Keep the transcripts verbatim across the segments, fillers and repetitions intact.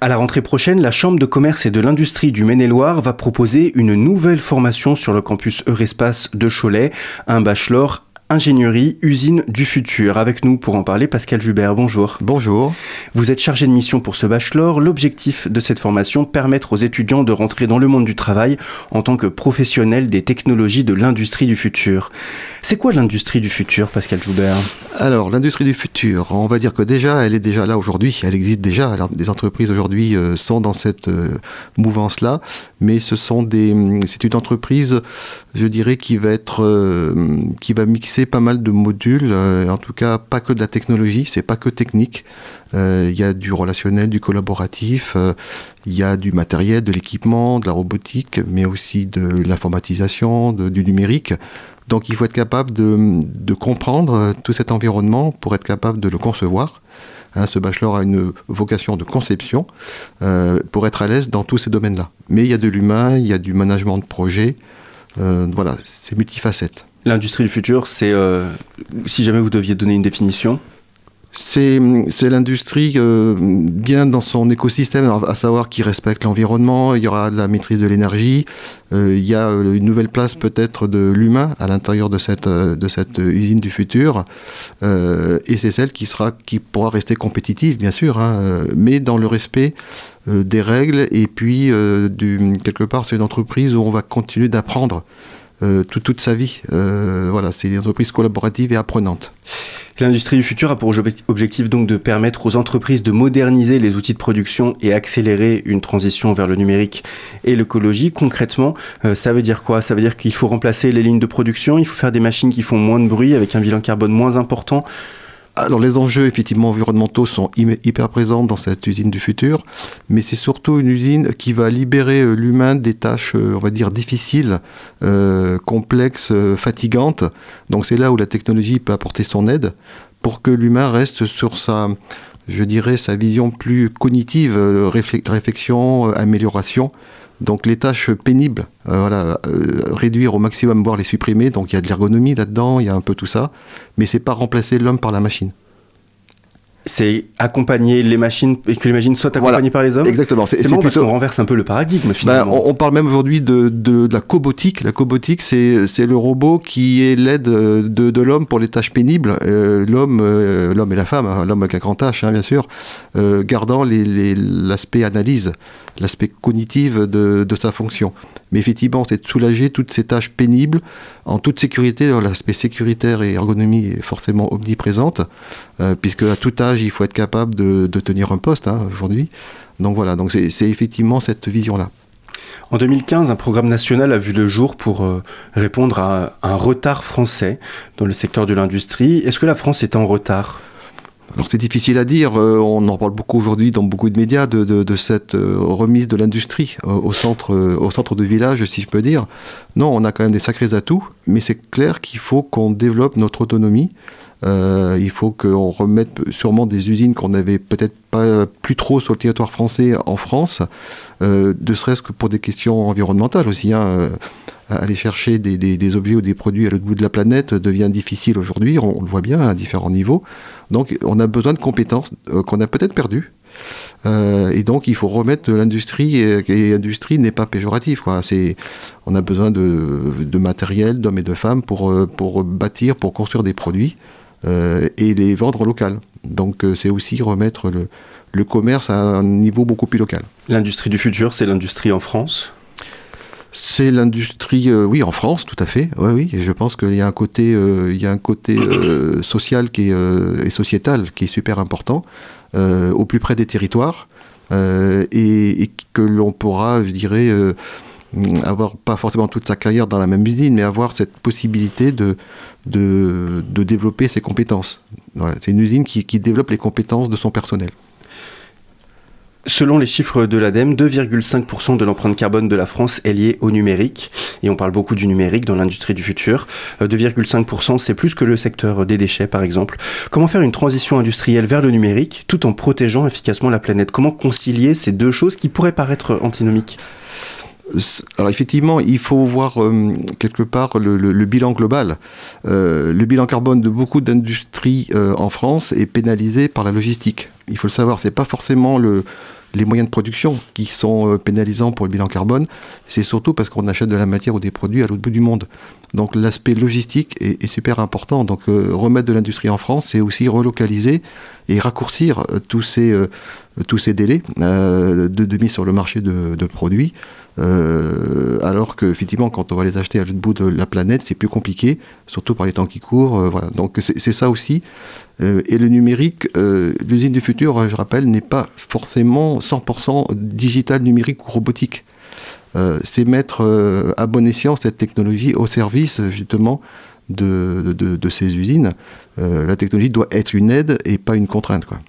À la rentrée prochaine, la Chambre de commerce et de l'industrie du Maine-et-Loire va proposer une nouvelle formation sur le campus Eurespace de Cholet, un bachelor ingénierie usine du futur. Avec nous pour en parler, Pascal Jubert, bonjour. Bonjour. Vous êtes chargé de mission pour ce bachelor. L'objectif de cette formation, permettre aux étudiants de rentrer dans le monde du travail en tant que professionnels des technologies de l'industrie du futur. C'est quoi l'industrie du futur, Pascal Jubert ? Alors, l'industrie du futur, on va dire que déjà, elle est déjà là aujourd'hui, elle existe déjà. Alors, les entreprises aujourd'hui euh, sont dans cette euh, mouvance-là, mais ce sont des, c'est une entreprise, je dirais, qui va être, euh, qui va mixer pas mal de modules, euh, en tout cas pas que de la technologie, c'est pas que technique. Euh, il y a du relationnel, du collaboratif, euh, il y a du matériel, de l'équipement, de la robotique, mais aussi de l'informatisation, de, du numérique. Donc il faut être capable de, de comprendre tout cet environnement pour être capable de le concevoir. Hein, ce bachelor a une vocation de conception euh, pour être à l'aise dans tous ces domaines-là. Mais il y a de l'humain, il y a du management de projet, euh, voilà, c'est multifacette. L'industrie du futur, c'est, euh, si jamais vous deviez donner une définition ? C'est, c'est l'industrie euh, bien dans son écosystème, à savoir qui respecte l'environnement, il y aura de la maîtrise de l'énergie, euh, il y a une nouvelle place peut-être de l'humain à l'intérieur de cette, de cette usine du futur, euh, et c'est celle qui, sera, qui pourra rester compétitive, bien sûr, hein, mais dans le respect euh, des règles, et puis euh, du, quelque part c'est une entreprise où on va continuer d'apprendre euh, tout, toute sa vie. Euh, voilà, c'est une entreprise collaborative et apprenante. L'industrie du futur a pour objectif donc de permettre aux entreprises de moderniser les outils de production et accélérer une transition vers le numérique et l'écologie. Concrètement, euh, ça veut dire quoi ? Ça veut dire qu'il faut remplacer les lignes de production, il faut faire des machines qui font moins de bruit avec un bilan carbone moins important. Alors les enjeux effectivement environnementaux sont hyper présents dans cette usine du futur, mais c'est surtout une usine qui va libérer l'humain des tâches, on va dire, difficiles, euh, complexes, euh, fatigantes. Donc c'est là où la technologie peut apporter son aide pour que l'humain reste sur sa, je dirais, sa vision plus cognitive, euh, réfl- réflexion, euh, amélioration. Donc les tâches pénibles, euh, voilà, euh, réduire au maximum, voire les supprimer. Donc il y a de l'ergonomie là-dedans, il y a un peu tout ça. Mais c'est pas remplacer l'homme par la machine. C'est accompagner les machines et que les machines soient accompagnées voilà, par les hommes. Exactement. C'est, c'est marrant parce qu'on renverse un peu le paradigme finalement. Ben, on, on parle même aujourd'hui de, de, de la cobotique. La cobotique, c'est, c'est le robot qui est l'aide de, de l'homme pour les tâches pénibles. Euh, l'homme, euh, l'homme et la femme, hein, l'homme avec un grand H, hein, bien sûr, euh, gardant les, les, l'aspect analyse, l'aspect cognitif de, de sa fonction. Mais effectivement, c'est de soulager toutes ces tâches pénibles en toute sécurité. Alors, l'aspect sécuritaire et ergonomie est forcément omniprésente, euh, puisque à tout âge, il faut être capable de, de tenir un poste hein, aujourd'hui. Donc voilà, donc c'est, c'est effectivement cette vision-là. En deux mille quinze, un programme national a vu le jour pour euh, répondre à un retard français dans le secteur de l'industrie. Est-ce que la France est en retard ? Alors c'est difficile à dire, euh, on en parle beaucoup aujourd'hui dans beaucoup de médias de, de, de cette euh, remise de l'industrie euh, au centre, euh, au centre de village, si je peux dire. Non, on a quand même des sacrés atouts, mais c'est clair qu'il faut qu'on développe notre autonomie. Euh, il faut qu'on remette sûrement des usines qu'on n'avait peut-être pas plus trop sur le territoire français en France, euh, ne serait-ce que pour des questions environnementales aussi. Hein, euh, aller chercher des, des, des objets ou des produits à l'autre bout de la planète devient difficile aujourd'hui, on, on le voit bien à différents niveaux. Donc on a besoin de compétences euh, qu'on a peut-être perdues. Euh, et donc il faut remettre de l'industrie, et, et l'industrie n'est pas péjorative, quoi. C'est, on a besoin de, de matériel, d'hommes et de femmes pour, pour bâtir, pour construire des produits euh, et les vendre local. Donc euh, c'est aussi remettre le, le commerce à un niveau beaucoup plus local. L'industrie du futur, c'est l'industrie en France ? C'est l'industrie, euh, oui, en France, tout à fait. Ouais, oui, et je pense qu'il y a un côté, euh, il y a un côté euh, social qui est, euh, et sociétal qui est super important, euh, au plus près des territoires, euh, et, et que l'on pourra, je dirais, euh, avoir pas forcément toute sa carrière dans la même usine, mais avoir cette possibilité de, de, de développer ses compétences. Voilà, c'est une usine qui, qui développe les compétences de son personnel. Selon les chiffres de l'ADEME, deux virgule cinq pour cent de l'empreinte carbone de la France est liée au numérique. Et on parle beaucoup du numérique dans l'industrie du futur. deux virgule cinq pour cent, c'est plus que le secteur des déchets, par exemple. Comment faire une transition industrielle vers le numérique tout en protégeant efficacement la planète ? Comment concilier ces deux choses qui pourraient paraître antinomiques ? Alors effectivement, il faut voir euh, quelque part le, le, le bilan global. Euh, le bilan carbone de beaucoup d'industries euh, en France est pénalisé par la logistique. Il faut le savoir, c'est pas forcément le, les moyens de production qui sont euh, pénalisants pour le bilan carbone, c'est surtout parce qu'on achète de la matière ou des produits à l'autre bout du monde. Donc l'aspect logistique est, est super important. Donc euh, remettre de l'industrie en France, c'est aussi relocaliser et raccourcir euh, tous ces, euh, tous ces délais euh, de, de mise sur le marché de, de produits. Euh, alors qu'effectivement, quand on va les acheter à l'autre bout de la planète, c'est plus compliqué, surtout par les temps qui courent. Euh, voilà. Donc c'est, c'est ça aussi. Euh, et le numérique, euh, l'usine du futur, je rappelle, n'est pas forcément cent pour cent digital, numérique ou robotique. Euh, c'est mettre euh, à bon escient cette technologie au service justement de, de, de ces usines. Euh, la technologie doit être une aide et pas une contrainte, quoi.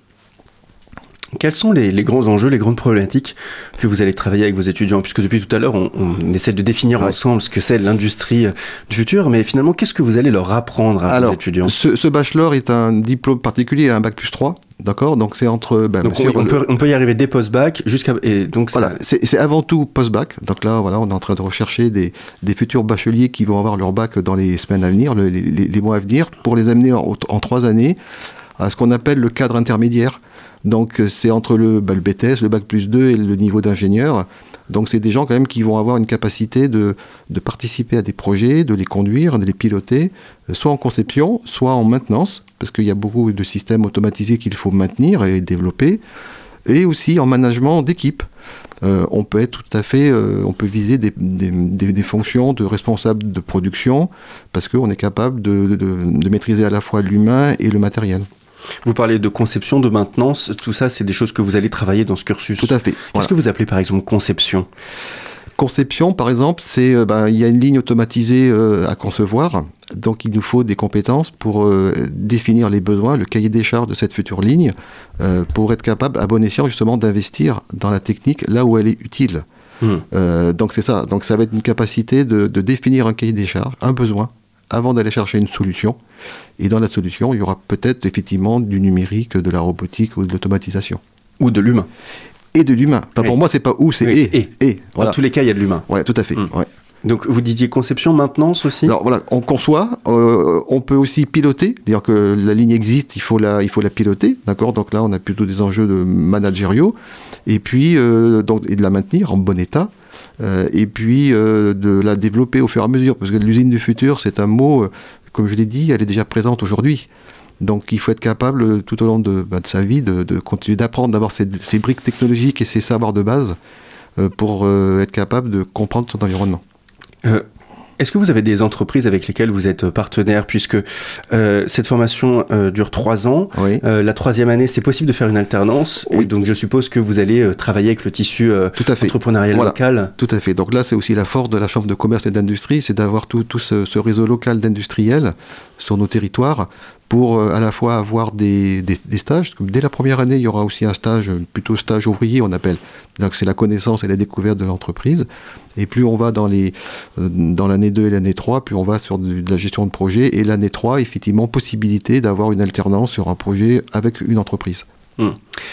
Quels sont les, les grands enjeux, les grandes problématiques que vous allez travailler avec vos étudiants ? Puisque depuis tout à l'heure, on, on essaie de définir ouais. ensemble ce que c'est l'industrie du futur, mais finalement, qu'est-ce que vous allez leur apprendre à Alors, vos étudiants ? ce, ce bachelor est un diplôme particulier, un bac plus trois, d'accord ? Donc c'est entre... Ben, donc on, on, le... peut, on peut y arriver dès post-bac jusqu'à... Et donc voilà, ça... c'est, c'est avant tout post-bac. Donc là, voilà, on est en train de rechercher des, des futurs bacheliers qui vont avoir leur bac dans les semaines à venir, le, les, les mois à venir, pour les amener en, en trois années à ce qu'on appelle le cadre intermédiaire. Donc c'est entre le, bah, le B T S, le bac plus deux et le niveau d'ingénieur. Donc c'est des gens quand même qui vont avoir une capacité de, de participer à des projets, de les conduire, de les piloter, soit en conception, soit en maintenance, parce qu'il y a beaucoup de systèmes automatisés qu'il faut maintenir et développer, et aussi en management d'équipe. Euh, on peut être tout à fait, euh, on peut viser des, des, des, des fonctions de responsable de production, parce qu'on est capable de, de, de maîtriser à la fois l'humain et le matériel. Vous parlez de conception, de maintenance, tout ça, c'est des choses que vous allez travailler dans ce cursus. Tout à fait. Qu'est-ce voilà. que vous appelez par exemple conception ? Conception, par exemple, c'est euh, ben, il y a une ligne automatisée euh, à concevoir, donc il nous faut des compétences pour euh, définir les besoins, le cahier des charges de cette future ligne, euh, pour être capable, à bon escient, justement, d'investir dans la technique là où elle est utile. Mmh. Euh, donc c'est ça. Donc ça va être une capacité de, de définir un cahier des charges, un besoin, avant d'aller chercher une solution. Et dans la solution, il y aura peut-être effectivement du numérique, de la robotique ou de l'automatisation. Ou de l'humain. Et de l'humain. Enfin, oui. Pour moi, c'est pas ou, c'est oui, et. et. et. Voilà. Dans tous les cas, il y a de l'humain. Oui, tout à fait. Mmh. Ouais. Donc vous disiez conception, maintenance aussi ? Alors voilà, on conçoit, euh, on peut aussi piloter, c'est-à-dire que la ligne existe, il faut la, il faut la piloter, d'accord ? Donc là, on a plutôt des enjeux de managériaux, et puis euh, donc, et de la maintenir en bon état. Euh, et puis euh, de la développer au fur et à mesure, parce que l'usine du futur, c'est un mot, euh, comme je l'ai dit, elle est déjà présente aujourd'hui. Donc il faut être capable, tout au long de, bah, de sa vie, de, de continuer d'apprendre, d'avoir ces, ces briques technologiques et ces savoirs de base euh, pour euh, être capable de comprendre son environnement. Euh, Est-ce que vous avez des entreprises avec lesquelles vous êtes partenaire, puisque euh, cette formation euh, dure trois ans, oui. euh, la troisième année, c'est possible de faire une alternance, oui. Et donc je suppose que vous allez euh, travailler avec le tissu euh, entrepreneurial voilà. local. Tout à fait. Donc là, c'est aussi la force de la Chambre de commerce et d'industrie, c'est d'avoir tout, tout ce, ce réseau local d'industriels sur nos territoires pour euh, à la fois avoir des, des, des stages. Dès la première année, il y aura aussi un stage, plutôt stage ouvrier, on appelle. Donc c'est la connaissance et la découverte de l'entreprise. Et plus on va dans, les, euh, dans l'année deux et l'année trois, plus on va sur de, de la gestion de projet. Et l'année trois, effectivement, possibilité d'avoir une alternance sur un projet avec une entreprise. Mmh.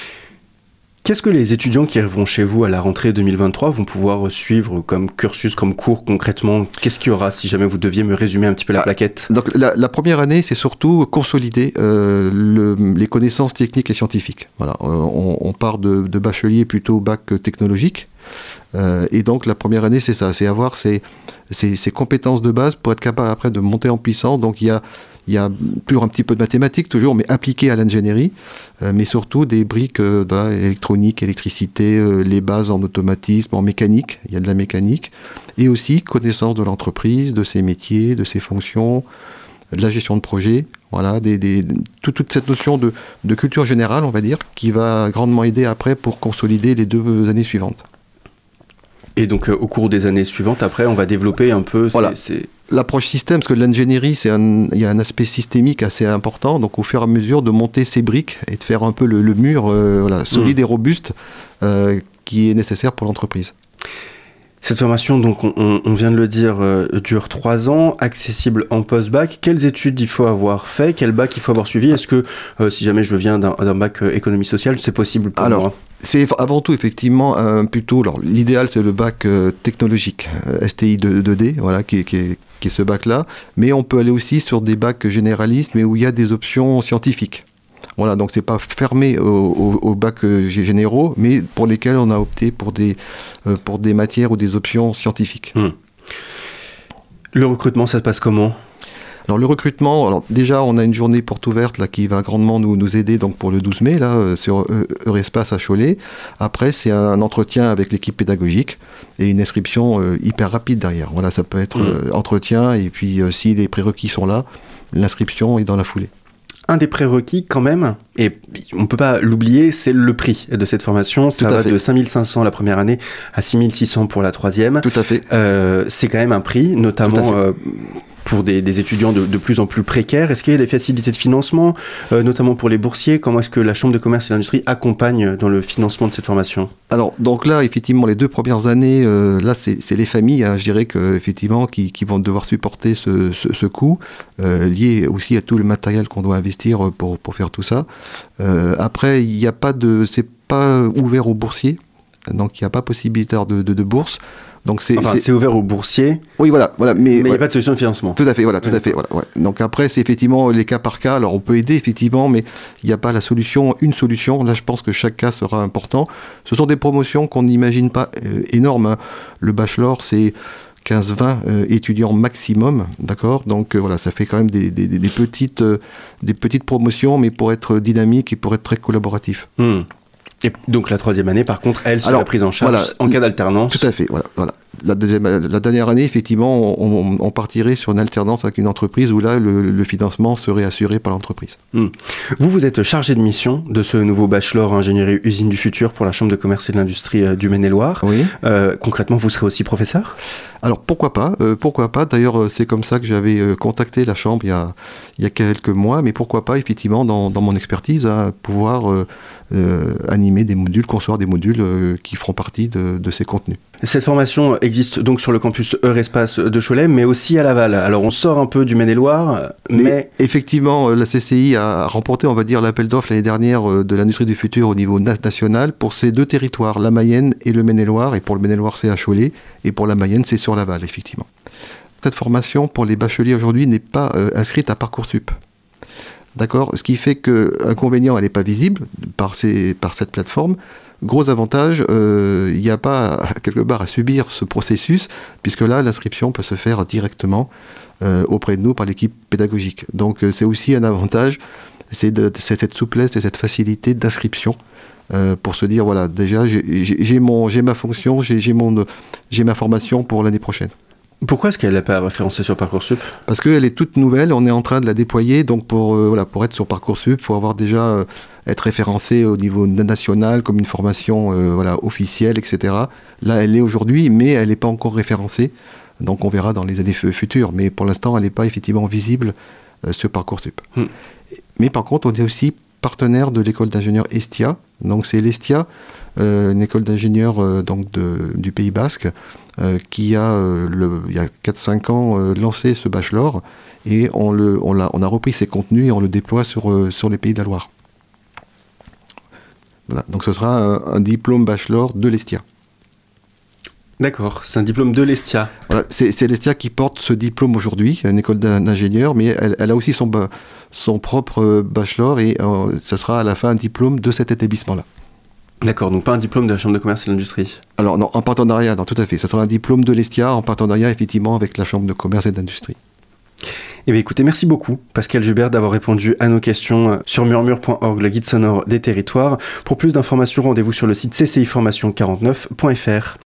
Qu'est-ce que les étudiants qui arriveront chez vous à la rentrée deux mille vingt-trois vont pouvoir suivre comme cursus, comme cours concrètement ? Qu'est-ce qu'il y aura si jamais vous deviez me résumer un petit peu la ah, plaquette ? Donc la, la première année, c'est surtout consolider euh, le, les connaissances techniques et scientifiques. Voilà, euh, on, on part de, de bachelier plutôt bac technologique. Euh, et donc la première année, c'est ça, c'est avoir ces, ces, ces compétences de base pour être capable après de monter en puissance. Donc il y a Il y a toujours un petit peu de mathématiques, toujours, mais appliquées à l'ingénierie, euh, mais surtout des briques euh, d'électronique, électricité, euh, les bases en automatisme, en mécanique, il y a de la mécanique, et aussi connaissance de l'entreprise, de ses métiers, de ses fonctions, de la gestion de projet, voilà, des, des, tout, toute cette notion de, de culture générale, on va dire, qui va grandement aider après pour consolider les deux années suivantes. Et donc euh, au cours des années suivantes, après, on va développer un peu voilà. ces... ces... l'approche système, parce que l'ingénierie, c'est un, il y a un aspect systémique assez important, donc au fur et à mesure de monter ces briques et de faire un peu le, le mur euh, voilà, solide mmh. et robuste euh, qui est nécessaire pour l'entreprise. Cette formation, donc on, on vient de le dire, euh, dure trois ans, accessible en post-bac. Quelles études il faut avoir fait ? Quel bac il faut avoir suivi ? Est-ce que, euh, si jamais je viens d'un, d'un bac euh, économie sociale, c'est possible pour alors, moi ? C'est avant tout effectivement un plutôt. Alors, l'idéal c'est le bac euh, technologique, euh, S T I deux D, voilà, qui, qui, est, qui est ce bac-là. Mais on peut aller aussi sur des bacs généralistes, mais où il y a des options scientifiques. Voilà, donc c'est pas fermé aux, aux, aux bacs euh, généraux, mais pour lesquels on a opté pour des, euh, pour des matières ou des options scientifiques. Mmh. Le recrutement, ça se passe comment ? Alors le recrutement, alors déjà on a une journée porte ouverte là, qui va grandement nous, nous aider donc, pour le douze mai là, euh, sur euh, Eurespace à Cholet. Après c'est un entretien avec l'équipe pédagogique et une inscription euh, hyper rapide derrière. Voilà, ça peut être euh, entretien et puis euh, si les prérequis sont là, l'inscription est dans la foulée. Un des prérequis quand même, et on ne peut pas l'oublier, c'est le prix de cette formation. Ça va de cinq mille cinq cents la première année à six mille six cents pour la troisième. Tout à fait. Euh, c'est quand même un prix, notamment euh, pour des, des étudiants de, de plus en plus précaires. Est-ce qu'il y a des facilités de financement, euh, notamment pour les boursiers ? Comment est-ce que la Chambre de commerce et d'industrie accompagne dans le financement de cette formation ? Alors, donc là, effectivement, les deux premières années, euh, là, c'est, c'est les familles, hein, je dirais, que, effectivement, qui, qui vont devoir supporter ce, ce, ce coût, euh, lié aussi à tout le matériel qu'on doit investir pour, pour faire tout ça. Euh, après, il n'y a pas de... C'est pas ouvert aux boursiers, donc il n'y a pas possibilité de, de, de bourse. Donc c'est, enfin, c'est... c'est ouvert aux boursiers. Oui, voilà, voilà. Mais il n'y ouais. a pas de solution de financement. Tout à fait, voilà, tout ouais. à fait. Voilà, ouais. Donc après, c'est effectivement les cas par cas. Alors on peut aider effectivement, mais il n'y a pas la solution, une solution. Là, je pense que chaque cas sera important. Ce sont des promotions qu'on n'imagine pas euh, énormes. Hein. Le bachelor, c'est quinze vingt euh, étudiants maximum, d'accord ? Donc euh, voilà, ça fait quand même des, des, des, petites, euh, des petites promotions, mais pour être dynamique et pour être très collaboratif. Mmh. Et donc la troisième année, par contre, elle sera prise en charge voilà, en cas d'alternance. Tout à fait, voilà. voilà. La, deuxième, la dernière année, effectivement, on, on partirait sur une alternance avec une entreprise où là, le, le financement serait assuré par l'entreprise. Mmh. Vous, vous êtes chargé de mission de ce nouveau bachelor ingénierie usine du futur pour la Chambre de commerce et de l'industrie euh, du Maine-et-Loire. Oui. Euh, concrètement, vous serez aussi professeur ? Alors pourquoi pas, euh, pourquoi pas. D'ailleurs, c'est comme ça que j'avais euh, contacté la Chambre il y a, il y a quelques mois, mais pourquoi pas, effectivement, dans, dans mon expertise, hein, pouvoir euh, euh, animer des modules, concevoir des modules euh, qui feront partie de, de ces contenus. Cette formation existe donc sur le campus Eurespace de Cholet, mais aussi à Laval. Alors on sort un peu du Maine-et-Loire, mais... mais... Effectivement, la C C I a remporté, on va dire, l'appel d'offres l'année dernière de l'industrie du futur au niveau national pour ces deux territoires, la Mayenne et le Maine-et-Loire. Et pour le Maine-et-Loire, c'est à Cholet, et pour la Mayenne, c'est sur Laval, effectivement. Cette formation, pour les bacheliers aujourd'hui, n'est pas euh, inscrite à Parcoursup. D'accord ? Ce qui fait qu'inconvénient, elle n'est pas visible par, ces, par cette plateforme. Gros avantage, il euh, n'y a pas à, quelque part à subir ce processus, puisque là, l'inscription peut se faire directement euh, auprès de nous par l'équipe pédagogique. Donc euh, c'est aussi un avantage, c'est, de, c'est cette souplesse et cette facilité d'inscription euh, pour se dire, voilà, déjà, j'ai, j'ai, j'ai, mon, j'ai ma fonction, j'ai, j'ai, mon, j'ai ma formation pour l'année prochaine. Pourquoi est-ce qu'elle n'est pas référencée sur Parcoursup ? Parce qu'elle est toute nouvelle, on est en train de la déployer, donc pour, euh, voilà, pour être sur Parcoursup, il faut avoir déjà euh, être référencé au niveau national comme une formation euh, voilà, officielle, et cetera. Là, elle l'est aujourd'hui, mais elle n'est pas encore référencée, donc on verra dans les années f- futures. Mais pour l'instant, elle n'est pas effectivement visible euh, sur Parcoursup. Hmm. Mais par contre, on est aussi partenaire de l'école d'ingénieurs Estia, donc c'est l'Estia, euh, une école d'ingénieurs euh, donc de, du Pays Basque, Euh, qui a, euh, le, il y a quatre cinq ans, euh, lancé ce bachelor, et on, le, on, l'a, on a repris ses contenus et on le déploie sur, euh, sur les Pays de la Loire. Voilà. Donc ce sera un, un diplôme bachelor de l'Estia. D'accord, c'est un diplôme de l'Estia. Voilà, c'est, c'est l'Estia qui porte ce diplôme aujourd'hui, une école d'ingénieur, mais elle, elle a aussi son, son propre bachelor, et euh, ce sera à la fin un diplôme de cet établissement-là. D'accord, donc pas un diplôme de la Chambre de commerce et de l'industrie. Alors non, en partenariat, non, tout à fait. Ce sera un diplôme de l'Estia en partenariat effectivement avec la Chambre de commerce et d'industrie. Eh bien écoutez, merci beaucoup Pascal Jubert d'avoir répondu à nos questions sur murmure point org, le guide sonore des territoires. Pour plus d'informations, rendez-vous sur le site c c i formation quarante-neuf point f r.